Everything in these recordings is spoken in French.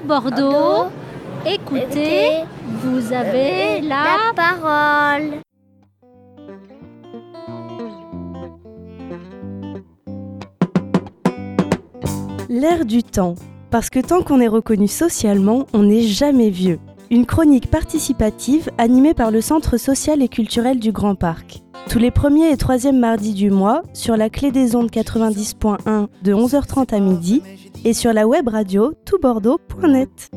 Bordeaux, écoutez, vous avez la parole. L'air du temps, parce que tant qu'on est reconnu socialement, on n'est jamais vieux. Une chronique participative animée par le Centre social et culturel du Grand Parc. Tous les 1er et 3e mardis du mois, sur la Clé des Ondes 90.1 de 11h30 à midi et sur la web radio toutbordeaux.net.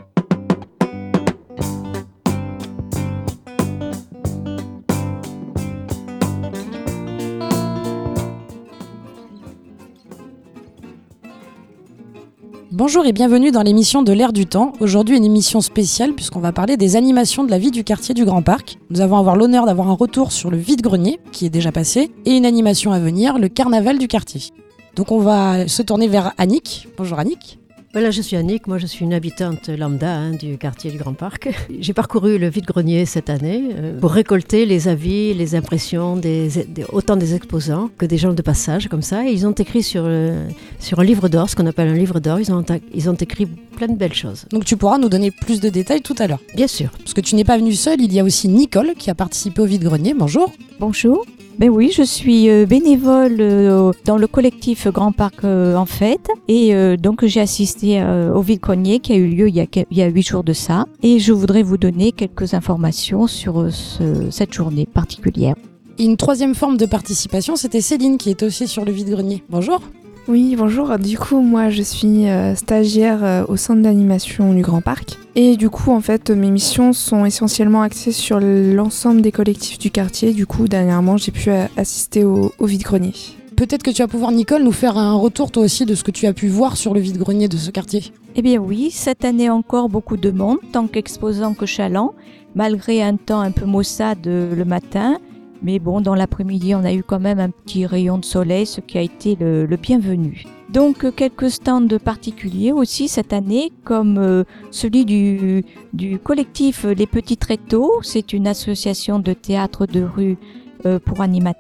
Bonjour et bienvenue dans l'émission de l'Air du temps. Aujourd'hui, une émission spéciale puisqu'on va parler des animations de la vie du quartier du Grand Parc. Nous allons avoir l'honneur d'avoir un retour sur le vide-grenier qui est déjà passé et une animation à venir, le carnaval du quartier. Donc on va se tourner vers Annick. Bonjour Annick. Voilà, je suis Annick, moi je suis une habitante lambda du quartier du Grand Parc. J'ai parcouru le vide-grenier cette année pour récolter les avis, les impressions, autant des exposants que des gens de passage comme ça. Et ils ont écrit sur un livre d'or, ce qu'on appelle un livre d'or, ils ont écrit plein de belles choses. Donc tu pourras nous donner plus de détails tout à l'heure. Bien sûr. Parce que tu n'es pas venue seule, il y a aussi Nicole qui a participé au vide-grenier. Bonjour. Bonjour. Ben oui, je suis bénévole dans le collectif Grand Parc en fête et donc j'ai assisté au vide-grenier qui a eu lieu il y a 8 jours de ça et je voudrais vous donner quelques informations sur cette journée particulière. Et une troisième forme de participation, c'était Céline qui est aussi sur le vide-grenier. Bonjour. Oui, bonjour. Du coup, moi, je suis stagiaire au centre d'animation du Grand Parc. Et du coup, en fait, mes missions sont essentiellement axées sur l'ensemble des collectifs du quartier. Du coup, dernièrement, j'ai pu assister au vide-grenier. Peut-être que tu vas pouvoir, Nicole, nous faire un retour toi aussi de ce que tu as pu voir sur le vide-grenier de ce quartier. Eh bien oui, cette année encore beaucoup de monde, tant qu'exposants que chalands, malgré un temps un peu maussade le matin. Mais bon, dans l'après-midi, on a eu quand même un petit rayon de soleil, ce qui a été le bienvenu. Donc, quelques stands particuliers aussi cette année, comme celui du collectif Les Petits Tréteaux. C'est une association de théâtre de rue pour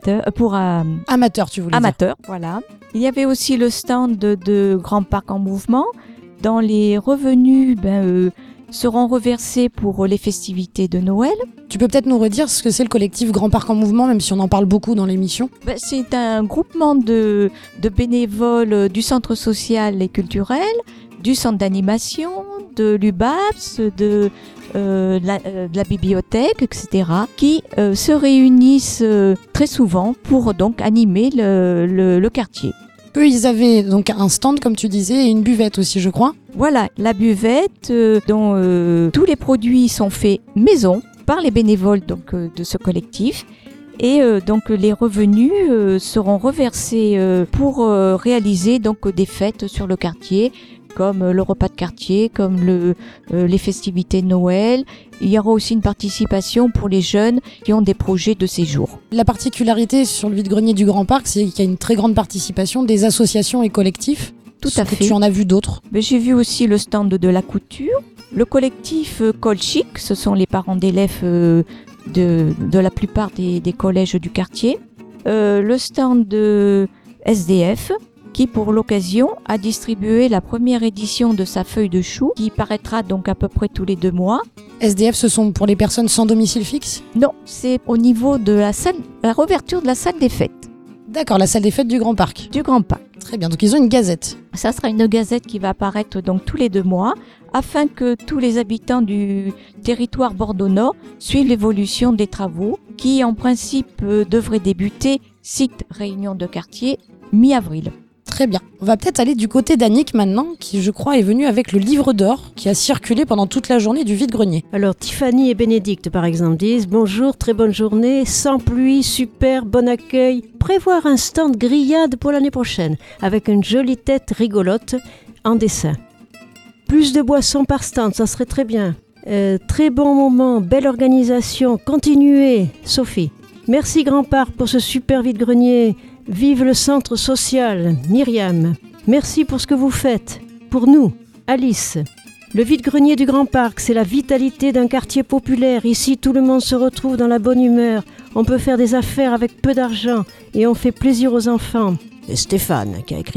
amateurs, tu voulais amateurs, dire. Voilà. Il y avait aussi le stand de Grand Parc en mouvement. Dans les revenus, seront reversés pour les festivités de Noël. Tu peux peut-être nous redire ce que c'est le collectif Grand Parc en mouvement, même si on en parle beaucoup dans l'émission. C'est un groupement de bénévoles du centre social et culturel, du centre d'animation, de l'UBAPS, de la bibliothèque, etc., qui se réunissent très souvent pour donc animer le quartier. Eux, ils avaient donc un stand, comme tu disais, et une buvette aussi, je crois. Voilà, la buvette dont tous les produits sont faits maison par les bénévoles donc, de ce collectif. Et donc les revenus seront reversés pour réaliser donc, des fêtes sur le quartier, comme le repas de quartier, comme les festivités de Noël. Il y aura aussi une participation pour les jeunes qui ont des projets de séjour. La particularité sur le vide-grenier du Grand Parc, c'est qu'il y a une très grande participation des associations et collectifs. Tout à fait. Tu en as vu d'autres? J'ai vu aussi le stand de la couture, le collectif Col Chic, ce sont les parents d'élèves de la plupart des collèges du quartier, le stand de SDF, qui pour l'occasion a distribué la première édition de sa feuille de chou, qui paraîtra donc à peu près tous les 2 mois. SDF, ce sont pour les personnes sans domicile fixe? Non, c'est au niveau de la réouverture de la salle des fêtes. D'accord, la salle des fêtes du Grand Parc. Du Grand Parc. Très bien, donc ils ont une gazette. Ça sera une gazette qui va apparaître donc tous les 2 mois, afin que tous les habitants du territoire Bordeaux-Nord suivent l'évolution des travaux, qui en principe devraient débuter, site réunion de quartier, mi-avril. Très bien. On va peut-être aller du côté d'Annick maintenant, qui je crois est venue avec le livre d'or qui a circulé pendant toute la journée du vide-grenier. Alors Tiffany et Bénédicte par exemple disent « Bonjour, très bonne journée, sans pluie, super, bon accueil. Prévoir un stand grillade pour l'année prochaine, avec une jolie tête rigolote en dessin. Plus de boissons par stand, ça serait très bien. Très bon moment, belle organisation, continuez, Sophie. Merci Grand Parc pour ce super vide-grenier. Vive le centre social, Myriam. Merci pour ce que vous faites. Pour nous, Alice. Le vide-grenier du Grand Parc, c'est la vitalité d'un quartier populaire. Ici, tout le monde se retrouve dans la bonne humeur. On peut faire des affaires avec peu d'argent et on fait plaisir aux enfants. C'est Stéphane qui a écrit ça.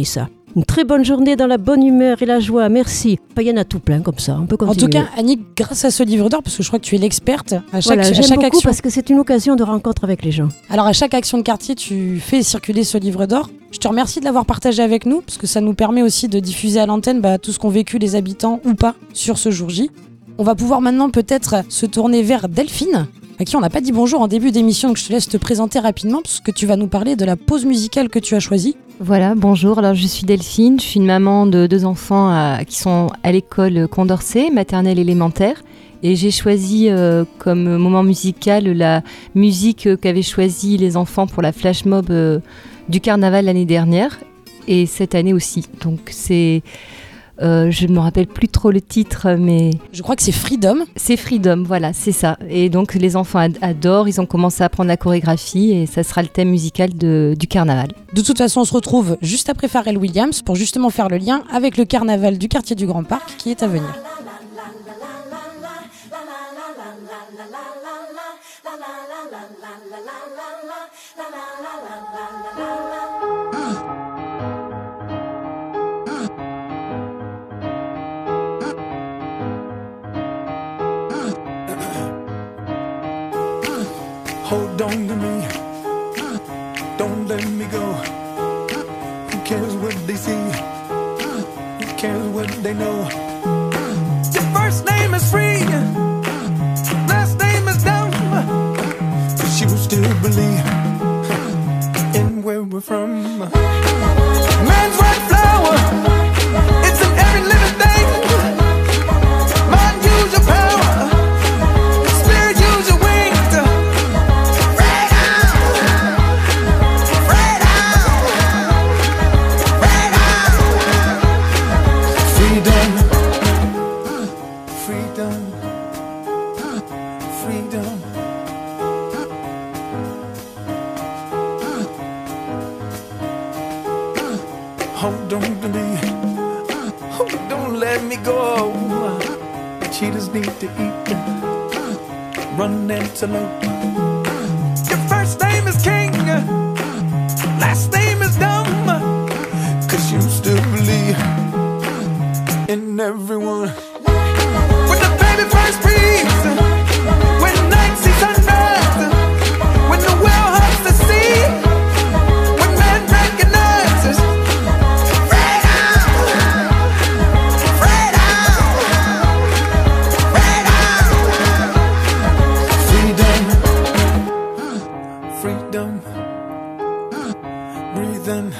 Une très bonne journée dans la bonne humeur et la joie. Merci. Enfin, il y en a tout plein comme ça. On peut continuer. En tout cas, Annick, grâce à ce livre d'or, parce que je crois que tu es l'experte, à chaque j'aime beaucoup action. parce que c'est une occasion de rencontre avec les gens. Alors à chaque action de quartier, tu fais circuler ce livre d'or. Je te remercie de l'avoir partagé avec nous, parce que ça nous permet aussi de diffuser à l'antenne tout ce qu'ont vécu les habitants ou pas sur ce jour J. On va pouvoir maintenant peut-être se tourner vers Delphine, à qui on n'a pas dit bonjour en début d'émission, donc je te laisse te présenter rapidement, parce que tu vas nous parler de la pause musicale que tu as choisie. Voilà, bonjour, alors je suis Delphine, je suis une maman de 2 enfants qui sont à l'école Condorcet, maternelle élémentaire, et j'ai choisi comme moment musical la musique qu'avaient choisi les enfants pour la flash mob du carnaval l'année dernière, et cette année aussi, donc c'est... je ne me rappelle plus trop le titre, mais... Je crois que c'est Freedom. C'est Freedom, voilà, c'est ça. Et donc les enfants adorent, ils ont commencé à apprendre la chorégraphie et ça sera le thème musical du carnaval. De toute façon, on se retrouve juste après Pharrell Williams pour justement faire le lien avec le carnaval du quartier du Grand Parc qui est à venir. Hold on to me, don't let me go. Who cares what they see? Who cares what they know? Your first name is free, last name is dumb. But you still believe in where we're from. Man's white flower, it's in every living thing. Mind, use your power. Spirit, use your wings. Hold on to me, don't let me go. Cheetahs need to eat, run antelope. Your first name is King, last name is dumb. Cause you still believe in everyone. When the baby first breathes, when night sees sunrise, when the whale hugs the sea, when man recognizes freedom, breathe in.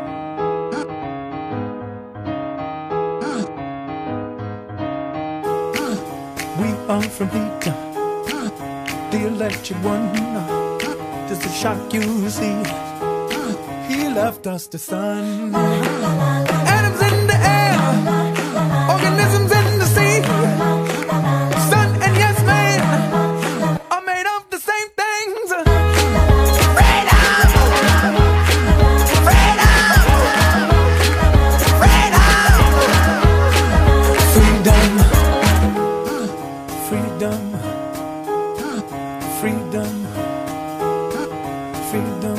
We are from heat, the electric one. Just to shock you, see, he left us the sun. Atoms in the air, organisms in the sea. Sun and yes man are made of the same things. Freedom, freedom, freedom, freedom, freedom,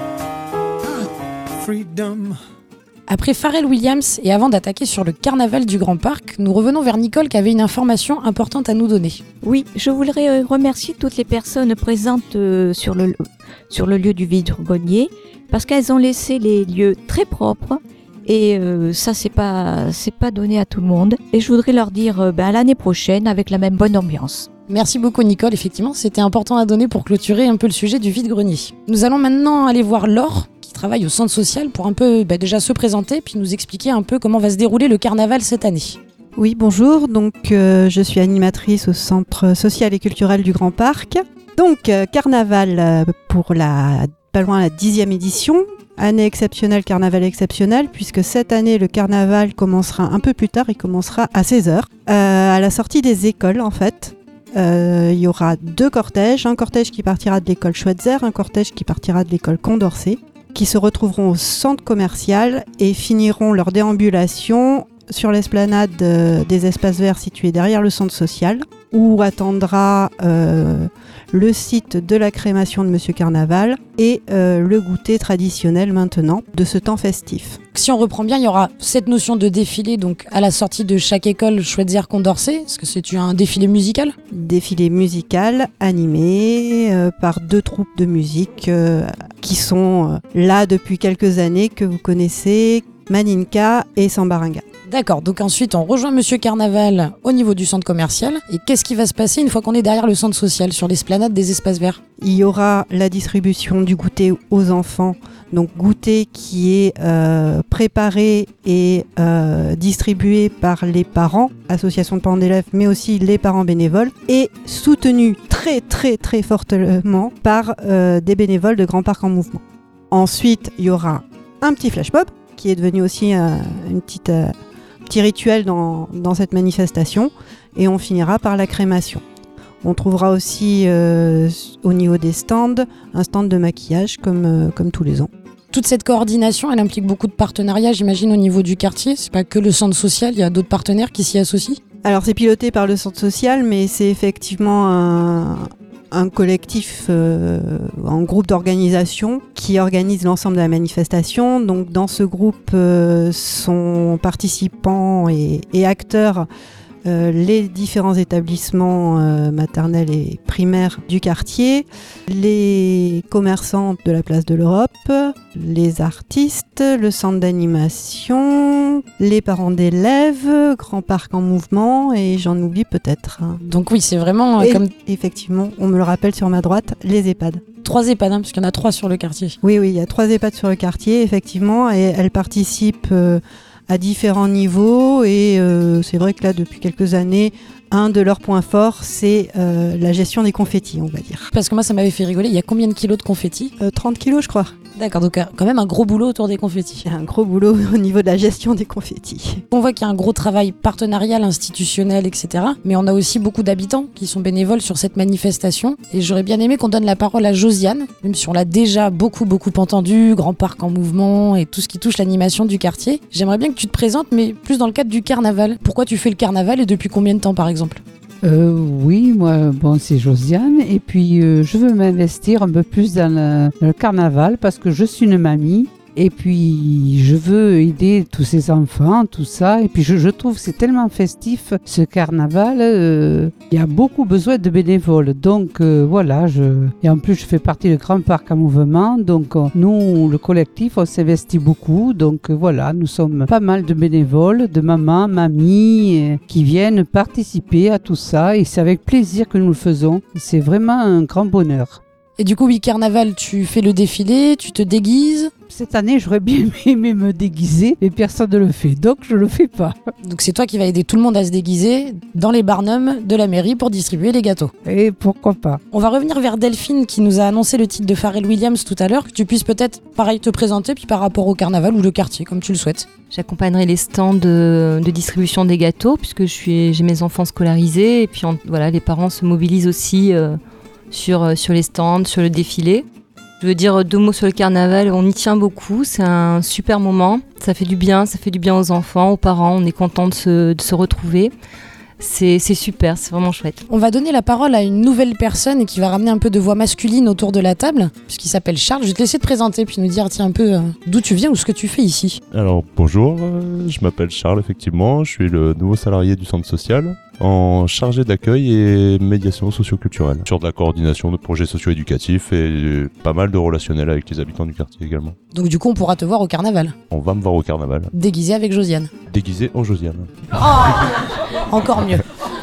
freedom. Après Pharrell Williams et avant d'attaquer sur le carnaval du Grand Parc, nous revenons vers Nicole qui avait une information importante à nous donner. Oui, je voudrais remercier toutes les personnes présentes sur le lieu du vide-grenier parce qu'elles ont laissé les lieux très propres et ça c'est pas donné à tout le monde. Et je voudrais leur dire à l'année prochaine avec la même bonne ambiance. Merci beaucoup Nicole, effectivement c'était important à donner pour clôturer un peu le sujet du vide-grenier. Nous allons maintenant aller voir Laure qui travaille au centre social pour un peu déjà se présenter puis nous expliquer un peu comment va se dérouler le carnaval cette année. Oui, bonjour, donc je suis animatrice au centre social et culturel du Grand Parc. Donc carnaval pour pas loin la 10e édition. Année exceptionnelle, carnaval exceptionnel, puisque cette année, le carnaval commencera un peu plus tard, il commencera à 16h, à la sortie des écoles en fait. Il y aura 2 cortèges, un cortège qui partira de l'école Schweitzer, un cortège qui partira de l'école Condorcet, qui se retrouveront au centre commercial et finiront leur déambulation sur l'esplanade des espaces verts situés derrière le centre social, où attendra le site de la crémation de Monsieur Carnaval et le goûter traditionnel maintenant de ce temps festif. Si on reprend bien, il y aura cette notion de défilé donc à la sortie de chaque école Schweitzer Condorcet. Est-ce que c'est un défilé musical ? Défilé musical animé par 2 troupes de musique qui sont là depuis quelques années, que vous connaissez, Maninka et Sambaranga. D'accord, donc ensuite on rejoint Monsieur Carnaval au niveau du centre commercial. Et qu'est-ce qui va se passer une fois qu'on est derrière le centre social, sur l'esplanade des espaces verts ? Il y aura la distribution du goûter aux enfants, donc goûter qui est préparé et distribué par les parents, association de parents d'élèves, mais aussi les parents bénévoles, et soutenu très très très fortement par des bénévoles de Grand Parc en Mouvement. Ensuite, il y aura un petit flash mob qui est devenu aussi petit rituel dans cette manifestation, et on finira par la crémation. On trouvera aussi au niveau des stands un stand de maquillage comme tous les ans. Toute cette coordination, elle implique beaucoup de partenariats, j'imagine, au niveau du quartier. C'est pas que le centre social, il y a d'autres partenaires qui s'y associent ? Alors c'est piloté par le centre social, mais c'est effectivement un collectif, un groupe d'organisation qui organise l'ensemble de la manifestation. Donc dans ce groupe sont participants et acteurs les différents établissements maternels et primaires du quartier, les commerçants de la place de l'Europe, les artistes, le centre d'animation, les parents d'élèves, Grand Parc en Mouvement, et j'en oublie peut-être. Donc oui, c'est vraiment comme... Effectivement, on me le rappelle sur ma droite, les EHPAD. 3 EHPAD, parce qu'il y en a 3 sur le quartier. Oui, il y a 3 EHPAD sur le quartier, effectivement, et elles participent à différents niveaux, et c'est vrai que là, depuis quelques années, un de leurs points forts, c'est la gestion des confettis, on va dire. Parce que moi, ça m'avait fait rigoler. Il y a combien de kilos de confettis ? 30 kilos, je crois. D'accord, donc quand même un gros boulot autour des confettis. Il y a un gros boulot au niveau de la gestion des confettis. On voit qu'il y a un gros travail partenarial, institutionnel, etc. Mais on a aussi beaucoup d'habitants qui sont bénévoles sur cette manifestation. Et j'aurais bien aimé qu'on donne la parole à Josiane, même si on l'a déjà beaucoup entendu, Grand Parc en Mouvement et tout ce qui touche l'animation du quartier. J'aimerais bien que tu te présentes, mais plus dans le cadre du carnaval. Pourquoi tu fais le carnaval et depuis combien de temps, par exemple ? Oui, moi, c'est Josiane, et puis je veux m'investir un peu plus dans le carnaval parce que je suis une mamie. Et puis, je veux aider tous ces enfants, tout ça. Et puis, je trouve que c'est tellement festif, ce carnaval. Il y a beaucoup besoin de bénévoles. Donc, voilà. Et en plus, je fais partie du Grand Parc en Mouvement. Donc, nous, le collectif, on s'investit beaucoup. Donc, voilà, nous sommes pas mal de bénévoles, de mamies, qui viennent participer à tout ça. Et c'est avec plaisir que nous le faisons. C'est vraiment un grand bonheur. Et du coup, oui, carnaval, tu fais le défilé, tu te déguises. Cette année, j'aurais bien aimé me déguiser, mais personne ne le fait, donc je le fais pas. Donc c'est toi qui vas aider tout le monde à se déguiser dans les barnums de la mairie pour distribuer les gâteaux. Et pourquoi pas. On va revenir vers Delphine qui nous a annoncé le titre de Pharrell Williams tout à l'heure, que tu puisses peut-être, pareil, te présenter, puis par rapport au carnaval ou le quartier, comme tu le souhaites. J'accompagnerai les stands de distribution des gâteaux, puisque j'ai mes enfants scolarisés, et puis voilà, les parents se mobilisent aussi sur les stands, sur le défilé. Je veux dire 2 mots sur le carnaval, on y tient beaucoup, c'est un super moment, ça fait du bien aux enfants, aux parents, on est content de se retrouver. C'est super, c'est vraiment chouette. On va donner la parole à une nouvelle personne et qui va ramener un peu de voix masculine autour de la table, puisqu'il s'appelle Charles. Je vais te laisser te présenter puis nous dire un peu d'où tu viens ou ce que tu fais ici. Alors bonjour, je m'appelle Charles effectivement, je suis le nouveau salarié du centre social, en chargé d'accueil et médiation socio-culturelle, sur de la coordination de projets socio-éducatifs et pas mal de relationnel avec les habitants du quartier également. Donc du coup on pourra te voir au carnaval. On va me voir au carnaval. Déguisé avec Josiane. Déguisé en Josiane. Oh, encore mieux.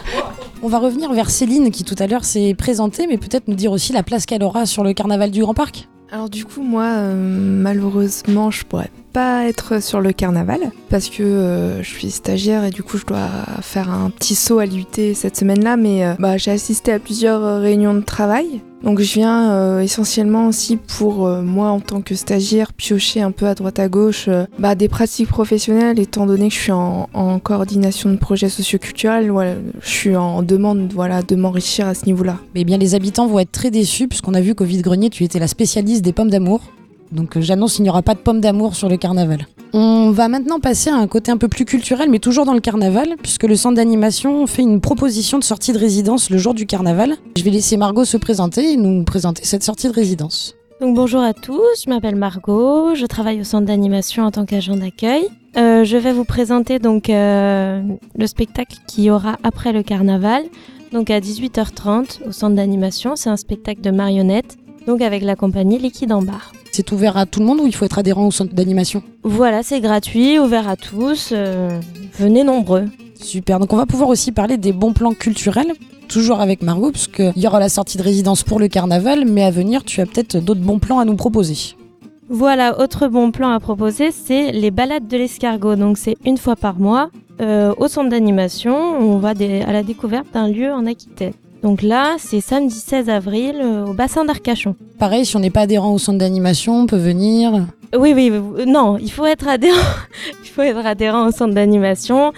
On va revenir vers Céline qui tout à l'heure s'est présentée, mais peut-être nous dire aussi la place qu'elle aura sur le carnaval du Grand Parc. Alors du coup, moi, malheureusement, je pourrais pas être sur le carnaval parce que je suis stagiaire et du coup, je dois faire un petit saut à l'IUT cette semaine-là, mais j'ai assisté à plusieurs réunions de travail. Donc je viens essentiellement aussi pour moi en tant que stagiaire piocher un peu à droite à gauche des pratiques professionnelles, étant donné que je suis en coordination de projets socioculturels. Voilà, je suis en demande de m'enrichir à ce niveau-là. Mais bien les habitants vont être très déçus puisqu'on a vu qu'au vide-grenier tu étais la spécialiste des pommes d'amour. Donc j'annonce qu'il n'y aura pas de pommes d'amour sur le carnaval. On va maintenant passer à un côté un peu plus culturel, mais toujours dans le carnaval, puisque le centre d'animation fait une proposition de sortie de résidence le jour du carnaval. Je vais laisser Margot se présenter et nous présenter cette sortie de résidence. Donc bonjour à tous, je m'appelle Margot, je travaille au centre d'animation en tant qu'agent d'accueil. Je vais vous présenter donc le spectacle qu'il y aura après le carnaval, donc à 18h30 au centre d'animation. C'est un spectacle de marionnettes, donc avec la compagnie Liquide en Bar. C'est ouvert à tout le monde ou il faut être adhérent au centre d'animation ? Voilà, c'est gratuit, ouvert à tous, venez nombreux. Super, donc on va pouvoir aussi parler des bons plans culturels, toujours avec Margot, puisqu'il y aura la sortie de résidence pour le carnaval, mais à venir, tu as peut-être d'autres bons plans à nous proposer. Voilà, autre bon plan à proposer, c'est les balades de l'escargot. Donc c'est une fois par mois au centre d'animation. On va à la découverte d'un lieu en Aquitaine. Donc là, c'est samedi 16 avril au bassin d'Arcachon. Pareil, si on n'est pas adhérent au centre d'animation, on peut venir. Oui, non, il faut être adhérent. Il faut être adhérent au centre d'animation.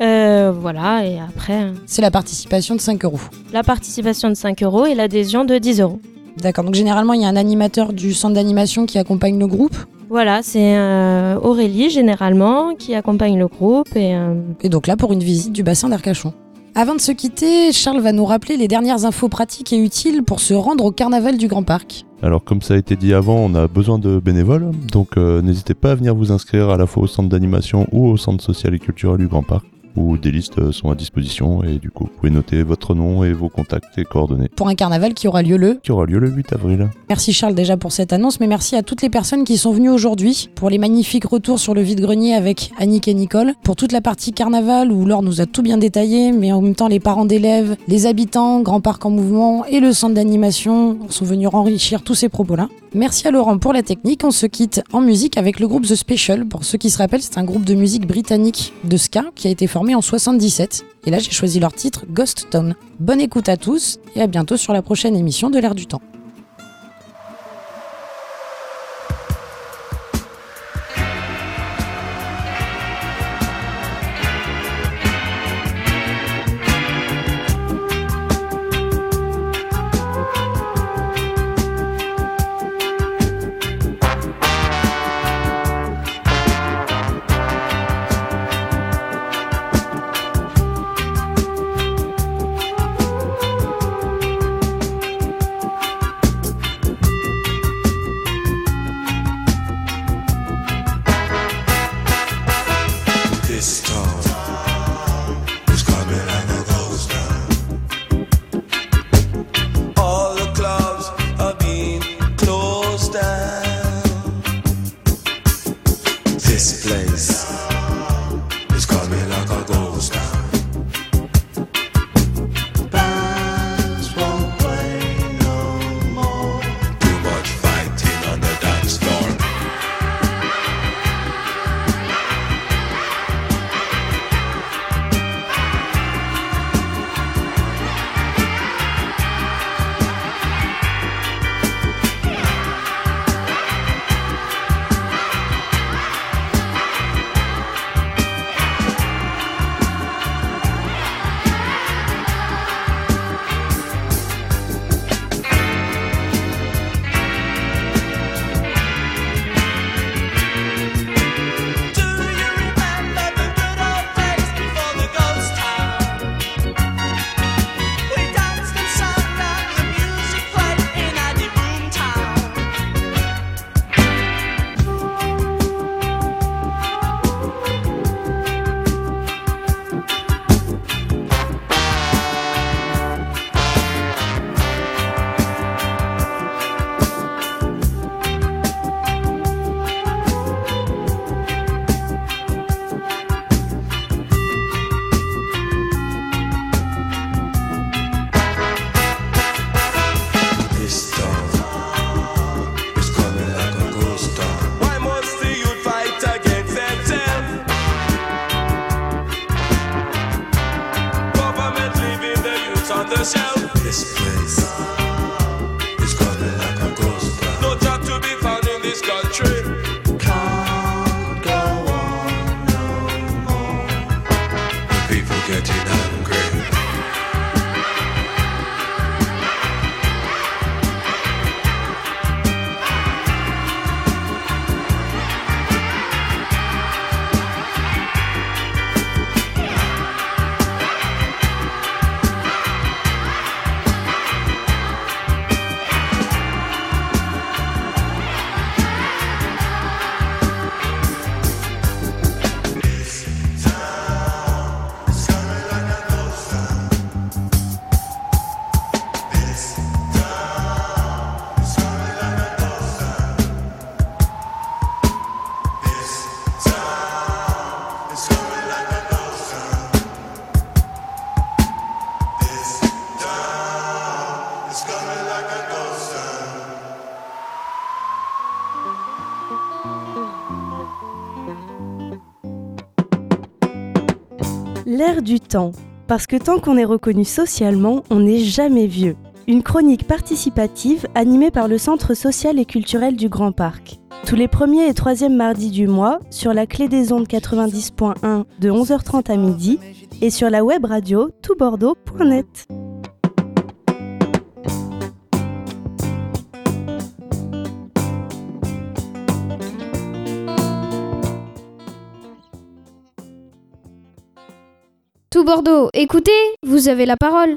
Voilà, et après... C'est la participation de 5 €. La participation de 5 € et l'adhésion de 10 €. D'accord, donc généralement, il y a un animateur du centre d'animation qui accompagne le groupe. Voilà, c'est Aurélie, généralement, qui accompagne le groupe. Et donc là, pour une visite du bassin d'Arcachon. Avant de se quitter, Charles va nous rappeler les dernières infos pratiques et utiles pour se rendre au carnaval du Grand Parc. Alors comme ça a été dit avant, on a besoin de bénévoles, donc n'hésitez pas à venir vous inscrire à la fois au centre d'animation ou au centre social et culturel du Grand Parc, où des listes sont à disposition et du coup vous pouvez noter votre nom et vos contacts et coordonnées. Pour un carnaval qui aura lieu le 8 avril. Merci Charles déjà pour cette annonce, mais merci à toutes les personnes qui sont venues aujourd'hui pour les magnifiques retours sur le vide-grenier avec Annick et Nicole, pour toute la partie carnaval où Laure nous a tout bien détaillé, mais en même temps les parents d'élèves, les habitants, Grand Parc en mouvement et le centre d'animation sont venus enrichir tous ces propos-là. Merci à Laurent pour la technique. On se quitte en musique avec le groupe The Special. Pour ceux qui se rappellent, c'est un groupe de musique britannique de ska qui a été formé en 77. Et là, j'ai choisi leur titre Ghost Town. Bonne écoute à tous et à bientôt sur la prochaine émission de l'Air du Temps. L'air du temps, parce que tant qu'on est reconnu socialement, on n'est jamais vieux. Une chronique participative animée par le Centre social et culturel du Grand Parc. Tous les premiers et troisièmes mardis du mois, sur la clé des ondes 90.1 de 11h30 à midi et sur la web radio toutbordeaux.net. Tout Bordeaux, écoutez, vous avez la parole.